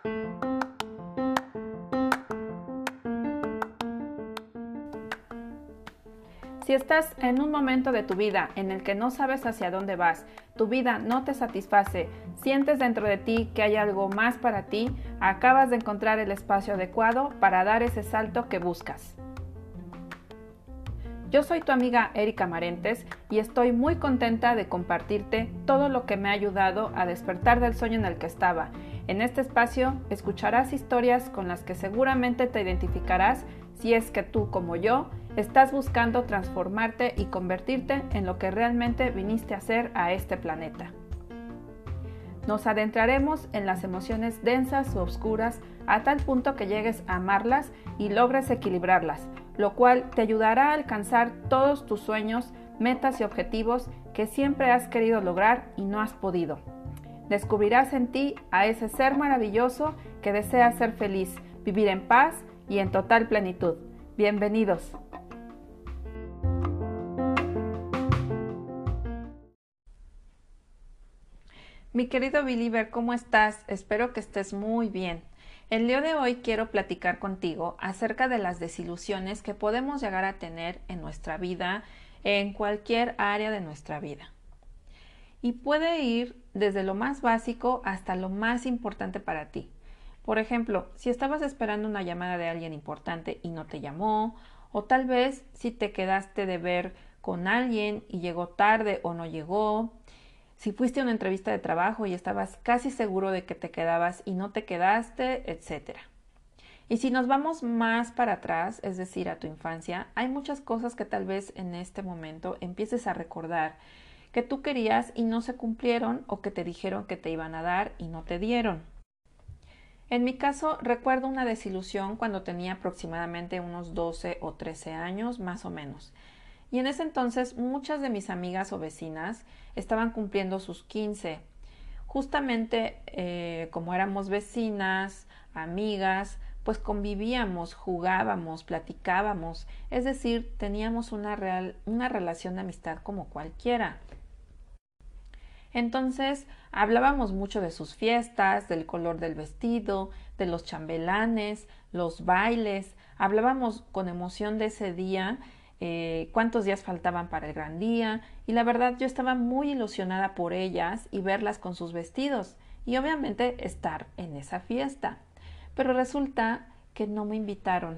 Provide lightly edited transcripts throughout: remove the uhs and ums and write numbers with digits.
Si estás en un momento de tu vida en el que no sabes hacia dónde vas, tu vida no te satisface, sientes dentro de ti que hay algo más para ti, acabas de encontrar el espacio adecuado para dar ese salto que buscas. Yo soy tu amiga Erika Marentes y estoy muy contenta de compartirte todo lo que me ha ayudado a despertar del sueño en el que estaba. En este espacio escucharás historias con las que seguramente te identificarás si es que tú, como yo, estás buscando transformarte y convertirte en lo que realmente viniste a ser a este planeta. Nos adentraremos en las emociones densas o oscuras a tal punto que llegues a amarlas y logres equilibrarlas, lo cual te ayudará a alcanzar todos tus sueños, metas y objetivos que siempre has querido lograr y no has podido. Descubrirás en ti a ese ser maravilloso que desea ser feliz, vivir en paz y en total plenitud. Bienvenidos. Mi querido Believer, ¿cómo estás? Espero que estés muy bien. El día de hoy quiero platicar contigo acerca de las desilusiones que podemos llegar a tener en nuestra vida, en cualquier área de nuestra vida. Y puede ir desde lo más básico hasta lo más importante para ti. Por ejemplo, si estabas esperando una llamada de alguien importante y no te llamó, o tal vez si te quedaste de ver con alguien y llegó tarde o no llegó, si fuiste a una entrevista de trabajo y estabas casi seguro de que te quedabas y no te quedaste, etc. Y si nos vamos más para atrás, es decir, a tu infancia, hay muchas cosas que tal vez en este momento empieces a recordar que tú querías y no se cumplieron o que te dijeron que te iban a dar y no te dieron. En mi caso, recuerdo una desilusión cuando tenía aproximadamente unos 12 o 13 años, más o menos. Y en ese entonces muchas de mis amigas o vecinas estaban cumpliendo sus 15. Justamente como éramos vecinas, amigas, pues convivíamos, jugábamos, platicábamos, es decir, teníamos una relación de amistad como cualquiera. Entonces hablábamos mucho de sus fiestas, del color del vestido, de los chambelanes, los bailes, hablábamos con emoción de ese día, cuántos días faltaban para el gran día, y la verdad yo estaba muy ilusionada por ellas y verlas con sus vestidos, y obviamente estar en esa fiesta. Pero resulta que no me invitaron.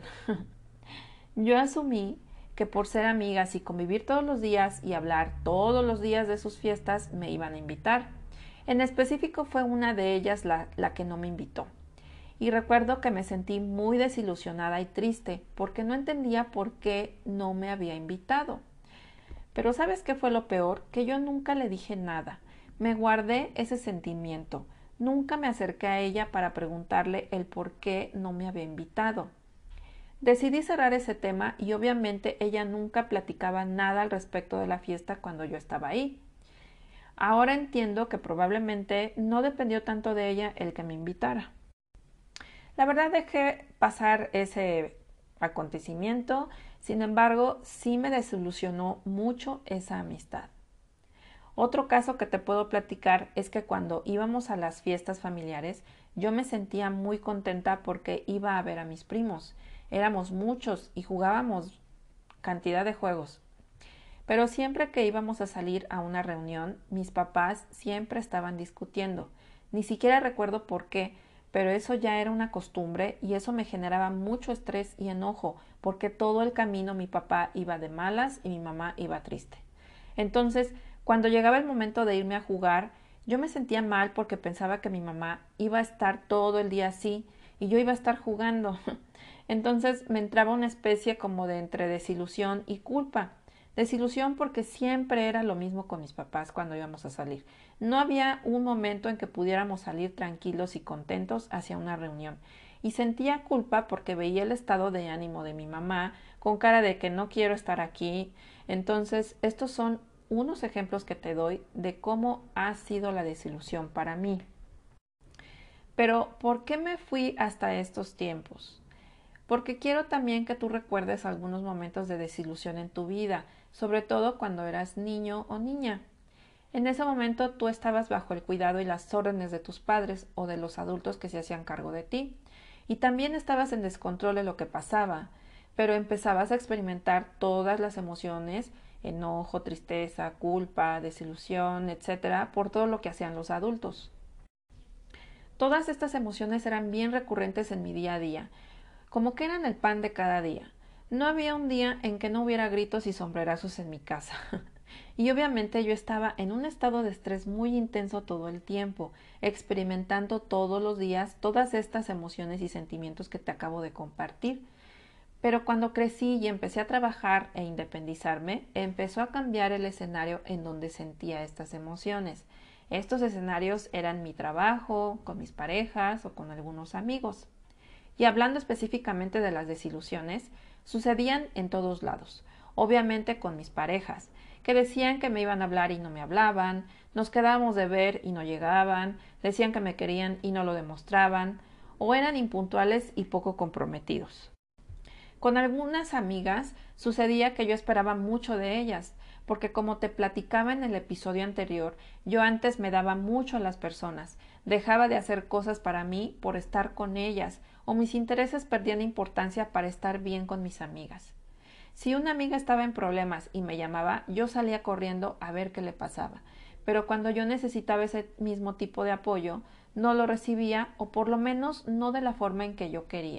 Yo asumí que por ser amigas y convivir todos los días y hablar todos los días de sus fiestas me iban a invitar. En específico fue una de ellas la que no me invitó. Y recuerdo que me sentí muy desilusionada y triste porque no entendía por qué no me había invitado. Pero ¿sabes qué fue lo peor? Que yo nunca le dije nada. Me guardé ese sentimiento. Nunca me acerqué a ella para preguntarle el por qué no me había invitado. Decidí cerrar ese tema y obviamente ella nunca platicaba nada al respecto de la fiesta cuando yo estaba ahí. Ahora entiendo que probablemente no dependió tanto de ella el que me invitara. La verdad dejé pasar ese acontecimiento, sin embargo, sí me desilusionó mucho esa amistad. Otro caso que te puedo platicar es que cuando íbamos a las fiestas familiares, yo me sentía muy contenta porque iba a ver a mis primos. Éramos muchos y jugábamos cantidad de juegos. Pero siempre que íbamos a salir a una reunión, mis papás siempre estaban discutiendo. Ni siquiera recuerdo por qué, pero eso ya era una costumbre y eso me generaba mucho estrés y enojo, porque todo el camino mi papá iba de malas y mi mamá iba triste. Entonces, cuando llegaba el momento de irme a jugar, yo me sentía mal porque pensaba que mi mamá iba a estar todo el día así y yo iba a estar jugando. Entonces me entraba una especie como de entre desilusión y culpa. Desilusión porque siempre era lo mismo con mis papás cuando íbamos a salir. No había un momento en que pudiéramos salir tranquilos y contentos hacia una reunión. Y sentía culpa porque veía el estado de ánimo de mi mamá con cara de que no quiero estar aquí. Entonces, estos son unos ejemplos que te doy de cómo ha sido la desilusión para mí. Pero, ¿por qué me fui hasta estos tiempos? Porque quiero también que tú recuerdes algunos momentos de desilusión en tu vida, sobre todo cuando eras niño o niña. En ese momento tú estabas bajo el cuidado y las órdenes de tus padres o de los adultos que se hacían cargo de ti. Y también estabas en descontrol de lo que pasaba, pero empezabas a experimentar todas las emociones, enojo, tristeza, culpa, desilusión, etcétera, por todo lo que hacían los adultos. Todas estas emociones eran bien recurrentes en mi día a día, como que eran el pan de cada día. No había un día en que no hubiera gritos y sombrerazos en mi casa. Y obviamente yo estaba en un estado de estrés muy intenso todo el tiempo, experimentando todos los días todas estas emociones y sentimientos que te acabo de compartir. Pero cuando crecí y empecé a trabajar e independizarme, empezó a cambiar el escenario en donde sentía estas emociones. Estos escenarios eran mi trabajo, con mis parejas o con algunos amigos. Y hablando específicamente de las desilusiones, sucedían en todos lados. Obviamente con mis parejas, que decían que me iban a hablar y no me hablaban, nos quedábamos de ver y no llegaban, decían que me querían y no lo demostraban, o eran impuntuales y poco comprometidos. Con algunas amigas sucedía que yo esperaba mucho de ellas, porque como te platicaba en el episodio anterior, yo antes me daba mucho a las personas, dejaba de hacer cosas para mí por estar con ellas, o mis intereses perdían importancia para estar bien con mis amigas. Si una amiga estaba en problemas y me llamaba, yo salía corriendo a ver qué le pasaba, pero cuando yo necesitaba ese mismo tipo de apoyo, no lo recibía o por lo menos no de la forma en que yo quería.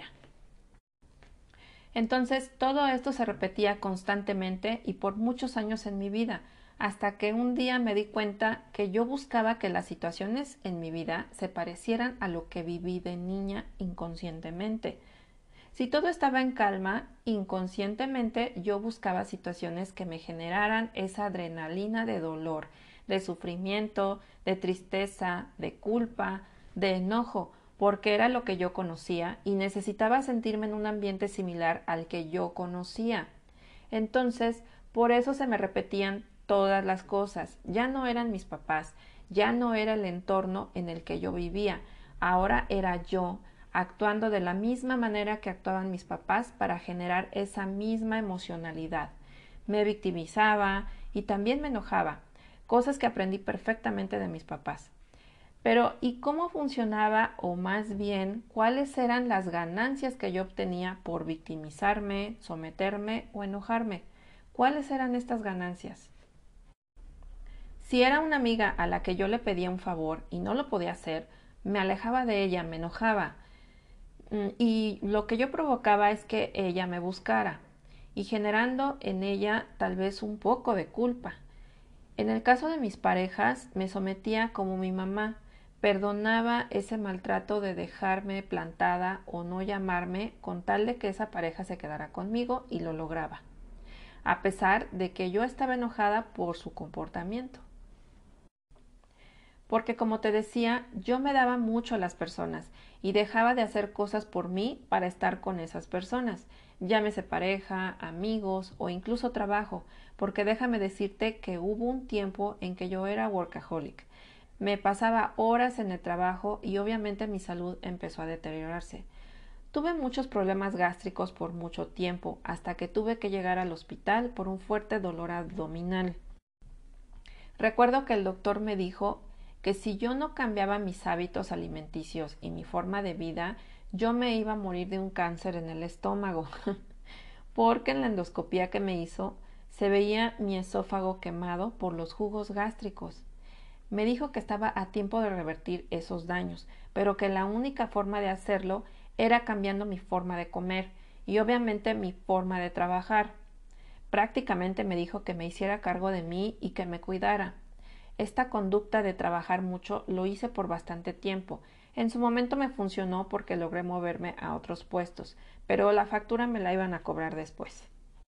Entonces todo esto se repetía constantemente y por muchos años en mi vida, hasta que un día me di cuenta que yo buscaba que las situaciones en mi vida se parecieran a lo que viví de niña inconscientemente. Si todo estaba en calma, inconscientemente yo buscaba situaciones que me generaran esa adrenalina de dolor, de sufrimiento, de tristeza, de culpa, de enojo, porque era lo que yo conocía y necesitaba sentirme en un ambiente similar al que yo conocía. Entonces, por eso se me repetían todas las cosas. Ya no eran mis papás, ya no era el entorno en el que yo vivía, ahora era yo, actuando de la misma manera que actuaban mis papás para generar esa misma emocionalidad. Me victimizaba y también me enojaba, cosas que aprendí perfectamente de mis papás. Pero, ¿y cómo funcionaba o más bien cuáles eran las ganancias que yo obtenía por victimizarme, someterme o enojarme? ¿Cuáles eran estas ganancias? Si era una amiga a la que yo le pedía un favor y no lo podía hacer, me alejaba de ella, me enojaba. Y lo que yo provocaba es que ella me buscara y generando en ella tal vez un poco de culpa. En el caso de mis parejas me sometía como mi mamá, perdonaba ese maltrato de dejarme plantada o no llamarme con tal de que esa pareja se quedara conmigo y lo lograba, a pesar de que yo estaba enojada por su comportamiento. Porque como te decía, yo me daba mucho a las personas y dejaba de hacer cosas por mí para estar con esas personas, llámese pareja, amigos o incluso trabajo, porque déjame decirte que hubo un tiempo en que yo era workaholic. Me pasaba horas en el trabajo y obviamente mi salud empezó a deteriorarse. Tuve muchos problemas gástricos por mucho tiempo, hasta que tuve que llegar al hospital por un fuerte dolor abdominal. Recuerdo que el doctor me dijo que si yo no cambiaba mis hábitos alimenticios y mi forma de vida, yo me iba a morir de un cáncer en el estómago, porque en la endoscopía que me hizo se veía mi esófago quemado por los jugos gástricos. Me dijo que estaba a tiempo de revertir esos daños, pero que la única forma de hacerlo era cambiando mi forma de comer y obviamente mi forma de trabajar. Prácticamente me dijo que me hiciera cargo de mí y que me cuidara. Esta conducta de trabajar mucho lo hice por bastante tiempo. En su momento me funcionó porque logré moverme a otros puestos, pero la factura me la iban a cobrar después.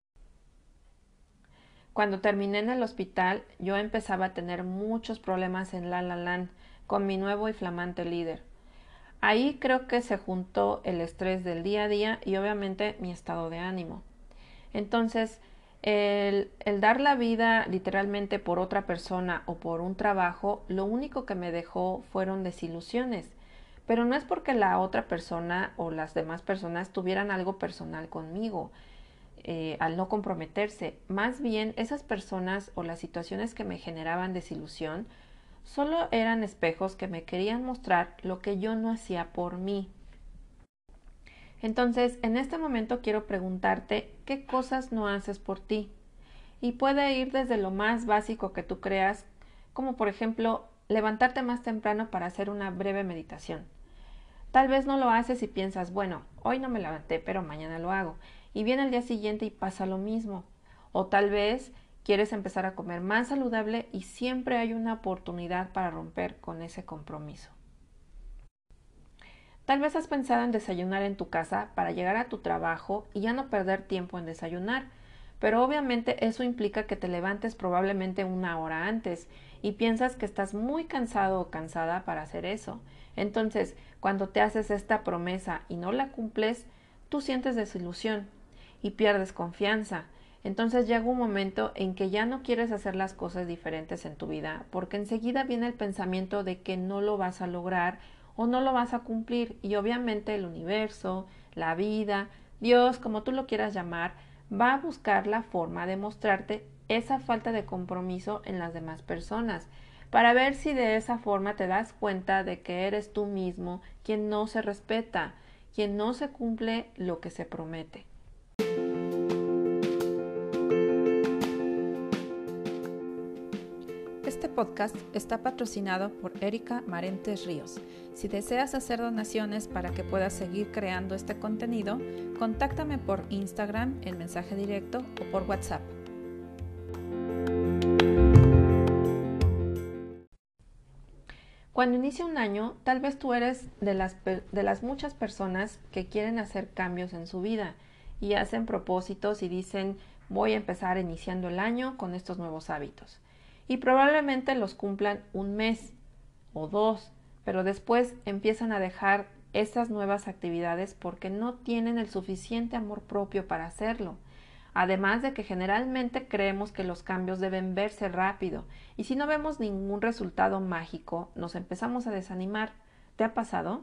Cuando terminé en el hospital, yo empezaba a tener muchos problemas en La La Land con mi nuevo y flamante líder. Ahí creo que se juntó el estrés del día a día y obviamente mi estado de ánimo. Entonces, el dar la vida literalmente por otra persona o por un trabajo, lo único que me dejó fueron desilusiones. Pero no es porque la otra persona o las demás personas tuvieran algo personal conmigo. al no comprometerse. Más bien, esas personas o las situaciones que me generaban desilusión solo eran espejos que me querían mostrar lo que yo no hacía por mí. Entonces, en este momento quiero preguntarte qué cosas no haces por ti. Y puede ir desde lo más básico que tú creas, como por ejemplo levantarte más temprano para hacer una breve meditación. Tal vez no lo haces y piensas, bueno, hoy no me levanté, pero mañana lo hago. Y viene el día siguiente y pasa lo mismo. O tal vez quieres empezar a comer más saludable y siempre hay una oportunidad para romper con ese compromiso. Tal vez has pensado en desayunar en tu casa para llegar a tu trabajo y ya no perder tiempo en desayunar, pero obviamente eso implica que te levantes probablemente una hora antes y piensas que estás muy cansado o cansada para hacer eso. Entonces, cuando te haces esta promesa y no la cumples, tú sientes desilusión y pierdes confianza. Entonces llega un momento en que ya no quieres hacer las cosas diferentes en tu vida, porque enseguida viene el pensamiento de que no lo vas a lograr o no lo vas a cumplir, y obviamente el universo, la vida, Dios, como tú lo quieras llamar, va a buscar la forma de mostrarte esa falta de compromiso en las demás personas, para ver si de esa forma te das cuenta de que eres tú mismo quien no se respeta, quien no se cumple lo que se promete. Este podcast está patrocinado por Erika Marentes Ríos. Si deseas hacer donaciones para que puedas seguir creando este contenido, contáctame por Instagram en mensaje directo o por WhatsApp. Cuando inicia un año, tal vez tú eres de las muchas personas que quieren hacer cambios en su vida y hacen propósitos y dicen voy a empezar iniciando el año con estos nuevos hábitos. Y probablemente los cumplan un mes o dos, pero después empiezan a dejar esas nuevas actividades porque no tienen el suficiente amor propio para hacerlo. Además de que generalmente creemos que los cambios deben verse rápido y si no vemos ningún resultado mágico nos empezamos a desanimar. ¿Te ha pasado?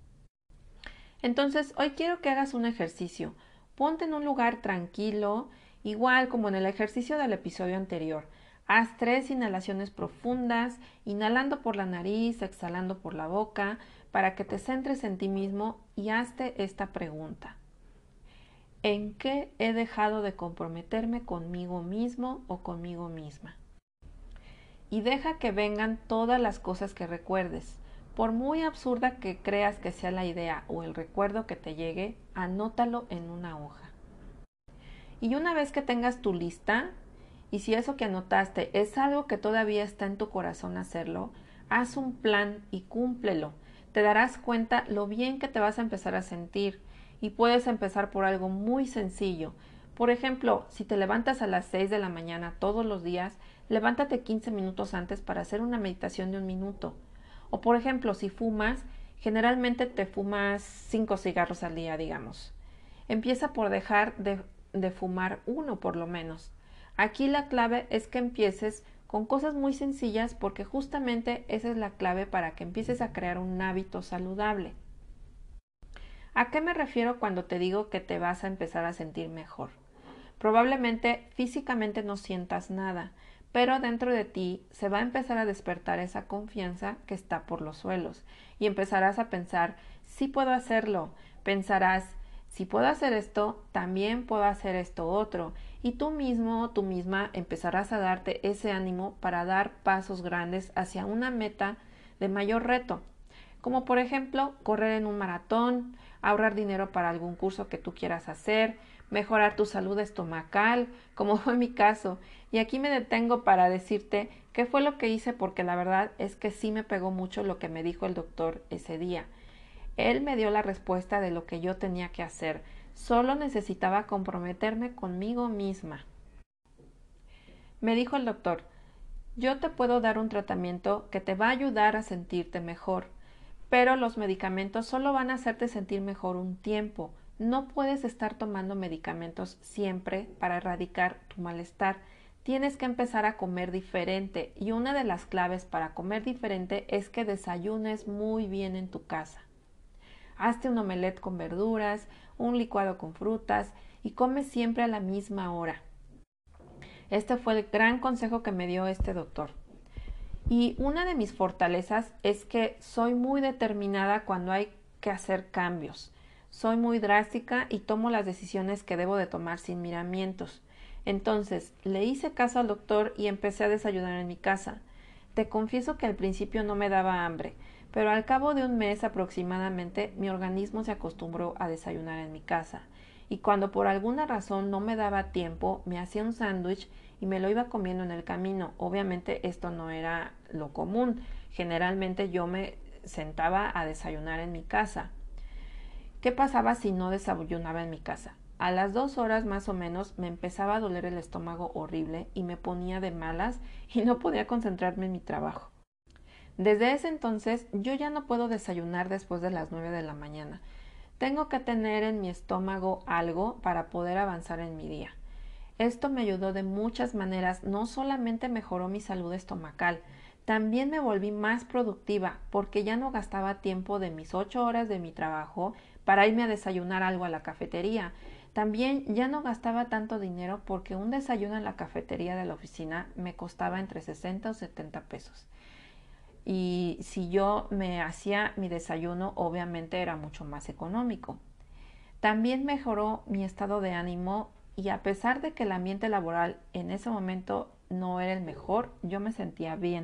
Entonces hoy quiero que hagas un ejercicio. Ponte en un lugar tranquilo, igual como en el ejercicio del episodio anterior. Haz 3 inhalaciones profundas, inhalando por la nariz, exhalando por la boca, para que te centres en ti mismo y hazte esta pregunta. ¿En qué he dejado de comprometerme conmigo mismo o conmigo misma? Y deja que vengan todas las cosas que recuerdes. Por muy absurda que creas que sea la idea o el recuerdo que te llegue, anótalo en una hoja. Y una vez que tengas tu lista, y si eso que anotaste es algo que todavía está en tu corazón hacerlo, haz un plan y cúmplelo. Te darás cuenta lo bien que te vas a empezar a sentir y puedes empezar por algo muy sencillo. Por ejemplo, si te levantas a las 6 de la mañana todos los días, levántate 15 minutos antes para hacer una meditación de 1 minuto. O por ejemplo, si fumas, generalmente te fumas 5 cigarros al día, digamos. Empieza por dejar de fumar uno por lo menos. Aquí la clave es que empieces con cosas muy sencillas porque justamente esa es la clave para que empieces a crear un hábito saludable. ¿A qué me refiero cuando te digo que te vas a empezar a sentir mejor? Probablemente físicamente no sientas nada, pero dentro de ti se va a empezar a despertar esa confianza que está por los suelos y empezarás a pensar, sí puedo hacerlo, pensarás, si puedo hacer esto, también puedo hacer esto otro, y tú mismo o tú misma empezarás a darte ese ánimo para dar pasos grandes hacia una meta de mayor reto, como por ejemplo correr en un maratón, ahorrar dinero para algún curso que tú quieras hacer, mejorar tu salud estomacal, como fue mi caso. Y aquí me detengo para decirte qué fue lo que hice porque la verdad es que sí me pegó mucho lo que me dijo el doctor ese día. Él me dio la respuesta de lo que yo tenía que hacer. Solo necesitaba comprometerme conmigo misma. Me dijo el doctor, yo te puedo dar un tratamiento que te va a ayudar a sentirte mejor, pero los medicamentos solo van a hacerte sentir mejor un tiempo. No puedes estar tomando medicamentos siempre para erradicar tu malestar. Tienes que empezar a comer diferente y una de las claves para comer diferente es que desayunes muy bien en tu casa. Hazte un omelette con verduras, un licuado con frutas y come siempre a la misma hora. Este fue el gran consejo que me dio este doctor. Y una de mis fortalezas es que soy muy determinada cuando hay que hacer cambios. Soy muy drástica y tomo las decisiones que debo de tomar sin miramientos. Entonces, le hice caso al doctor y empecé a desayunar en mi casa. Te confieso que al principio no me daba hambre, pero al cabo de un mes aproximadamente mi organismo se acostumbró a desayunar en mi casa. Y cuando por alguna razón no me daba tiempo, me hacía un sándwich y me lo iba comiendo en el camino. Obviamente esto no era lo común. Generalmente yo me sentaba a desayunar en mi casa. ¿Qué pasaba si no desayunaba en mi casa? A las 2 horas más o menos me empezaba a doler el estómago horrible y me ponía de malas y no podía concentrarme en mi trabajo. Desde ese entonces yo ya no puedo desayunar después de las 9 de la mañana. Tengo que tener en mi estómago algo para poder avanzar en mi día. Esto me ayudó de muchas maneras, no solamente mejoró mi salud estomacal, también me volví más productiva porque ya no gastaba tiempo de mis 8 horas de mi trabajo para irme a desayunar algo a la cafetería. También ya no gastaba tanto dinero porque un desayuno en la cafetería de la oficina me costaba entre 60 o 70 pesos. Y si yo me hacía mi desayuno, obviamente era mucho más económico. También mejoró mi estado de ánimo y a pesar de que el ambiente laboral en ese momento no era el mejor, yo me sentía bien.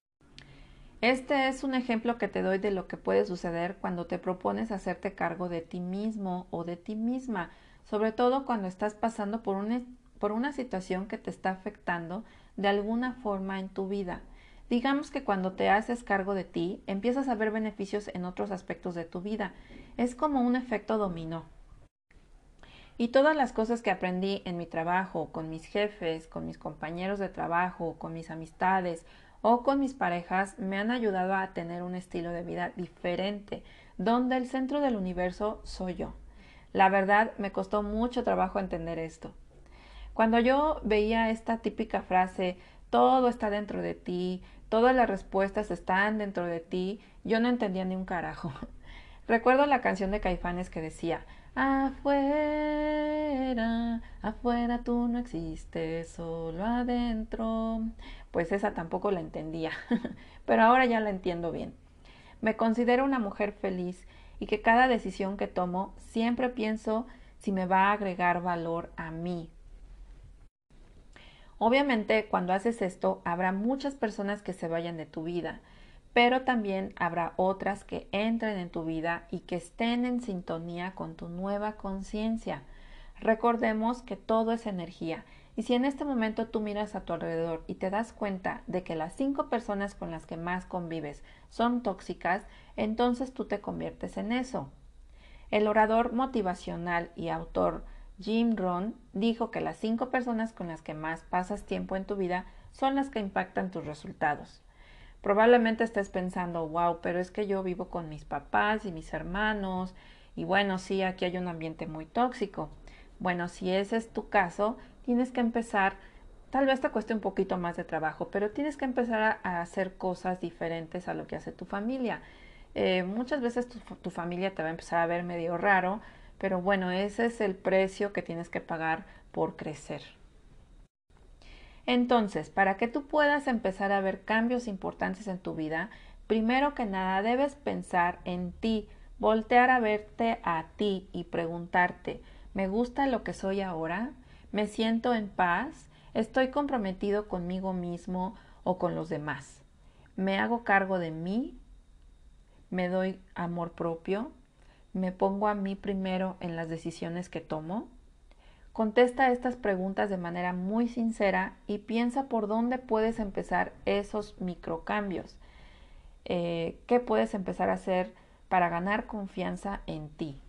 Este es un ejemplo que te doy de lo que puede suceder cuando te propones hacerte cargo de ti mismo o de ti misma, sobre todo cuando estás pasando por una situación que te está afectando de alguna forma en tu vida. Digamos que cuando te haces cargo de ti, empiezas a ver beneficios en otros aspectos de tu vida. Es como un efecto dominó. Y todas las cosas que aprendí en mi trabajo, con mis jefes, con mis compañeros de trabajo, con mis amistades o con mis parejas, me han ayudado a tener un estilo de vida diferente, donde el centro del universo soy yo. La verdad, me costó mucho trabajo entender esto. Cuando yo veía esta típica frase, todo está dentro de ti, todas las respuestas están dentro de ti, yo no entendía ni un carajo. Recuerdo la canción de Caifanes que decía, afuera, afuera tú no existes, solo adentro. Pues esa tampoco la entendía, pero ahora ya la entiendo bien. Me considero una mujer feliz y que cada decisión que tomo siempre pienso si me va a agregar valor a mí. Obviamente, cuando haces esto, habrá muchas personas que se vayan de tu vida, pero también habrá otras que entren en tu vida y que estén en sintonía con tu nueva conciencia. Recordemos que todo es energía y si en este momento tú miras a tu alrededor y te das cuenta de que las 5 personas con las que más convives son tóxicas, entonces tú te conviertes en eso. El orador motivacional y autor Jim Rohn dijo que las 5 personas con las que más pasas tiempo en tu vida son las que impactan tus resultados. Probablemente estés pensando, wow, pero es que yo vivo con mis papás y mis hermanos y bueno, sí, aquí hay un ambiente muy tóxico. Bueno, si ese es tu caso, tienes que empezar, tal vez te cueste un poquito más de trabajo, pero tienes que empezar a hacer cosas diferentes a lo que hace tu familia. Muchas veces tu familia te va a empezar a ver medio raro, pero bueno, ese es el precio que tienes que pagar por crecer. Entonces, para que tú puedas empezar a ver cambios importantes en tu vida, primero que nada debes pensar en ti, voltear a verte a ti y preguntarte, ¿me gusta lo que soy ahora? ¿Me siento en paz? ¿Estoy comprometido conmigo mismo o con los demás? ¿Me hago cargo de mí? ¿Me doy amor propio? ¿Me pongo a mí primero en las decisiones que tomo? Contesta estas preguntas de manera muy sincera y piensa por dónde puedes empezar esos microcambios. ¿Qué puedes empezar a hacer para ganar confianza en ti?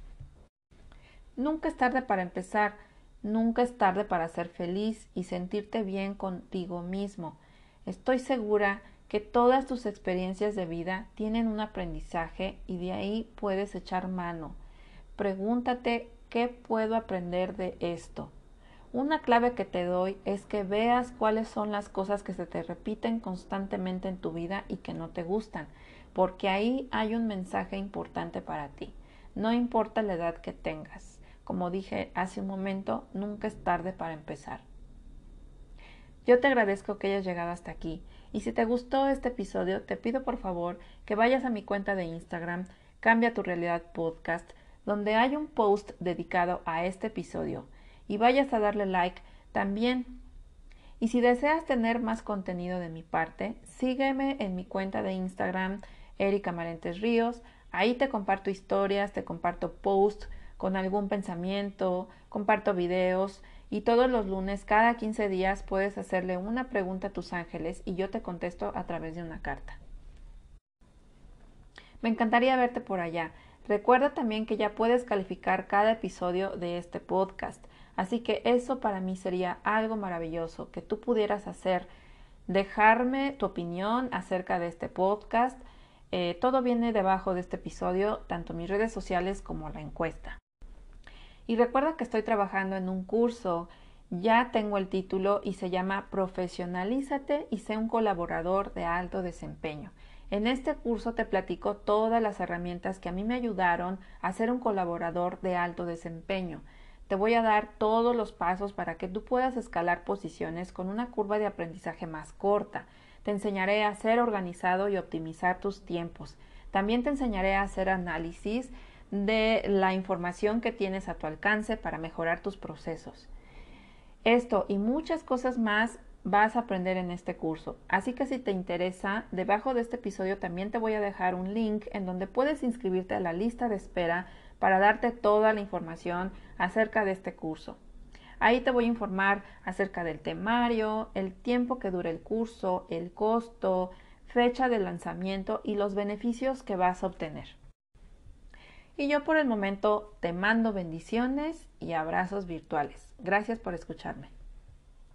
Nunca es tarde para empezar, nunca es tarde para ser feliz y sentirte bien contigo mismo. Estoy segura que todas tus experiencias de vida tienen un aprendizaje y de ahí puedes echar mano. Pregúntate, ¿qué puedo aprender de esto? Una clave que te doy es que veas cuáles son las cosas que se te repiten constantemente en tu vida y que no te gustan, porque ahí hay un mensaje importante para ti. No importa la edad que tengas. como dije hace un momento, nunca es tarde para empezar. Yo te agradezco que hayas llegado hasta aquí y si te gustó este episodio te pido por favor que vayas a mi cuenta de Instagram, Cambia tu Realidad Podcast, donde hay un post dedicado a este episodio y vayas a darle like también. Y si deseas tener más contenido de mi parte, sígueme en mi cuenta de Instagram, Erika Marentes Ríos. Ahí te comparto historias, te comparto posts con algún pensamiento, comparto videos y todos los lunes, cada 15 días, puedes hacerle una pregunta a tus ángeles y yo te contesto a través de una carta. Me encantaría verte por allá. Recuerda también que ya puedes calificar cada episodio de este podcast. Así que eso para mí sería algo maravilloso que tú pudieras hacer. Dejarme tu opinión acerca de este podcast. Todo viene debajo de este episodio, tanto mis redes sociales como la encuesta. Y recuerda que estoy trabajando en un curso. Ya tengo el título y se llama Profesionalízate y sé un colaborador de alto desempeño. En este curso te platico todas las herramientas que a mí me ayudaron a ser un colaborador de alto desempeño. Te voy a dar todos los pasos para que tú puedas escalar posiciones con una curva de aprendizaje más corta. Te enseñaré a ser organizado y optimizar tus tiempos. También te enseñaré a hacer análisis de la información que tienes a tu alcance para mejorar tus procesos. Esto y muchas cosas más vas a aprender en este curso. Así que si te interesa, debajo de este episodio también te voy a dejar un link en donde puedes inscribirte a la lista de espera para darte toda la información acerca de este curso. Ahí te voy a informar acerca del temario, el tiempo que dura el curso, el costo, fecha de lanzamiento y los beneficios que vas a obtener. Y yo por el momento te mando bendiciones y abrazos virtuales. Gracias por escucharme.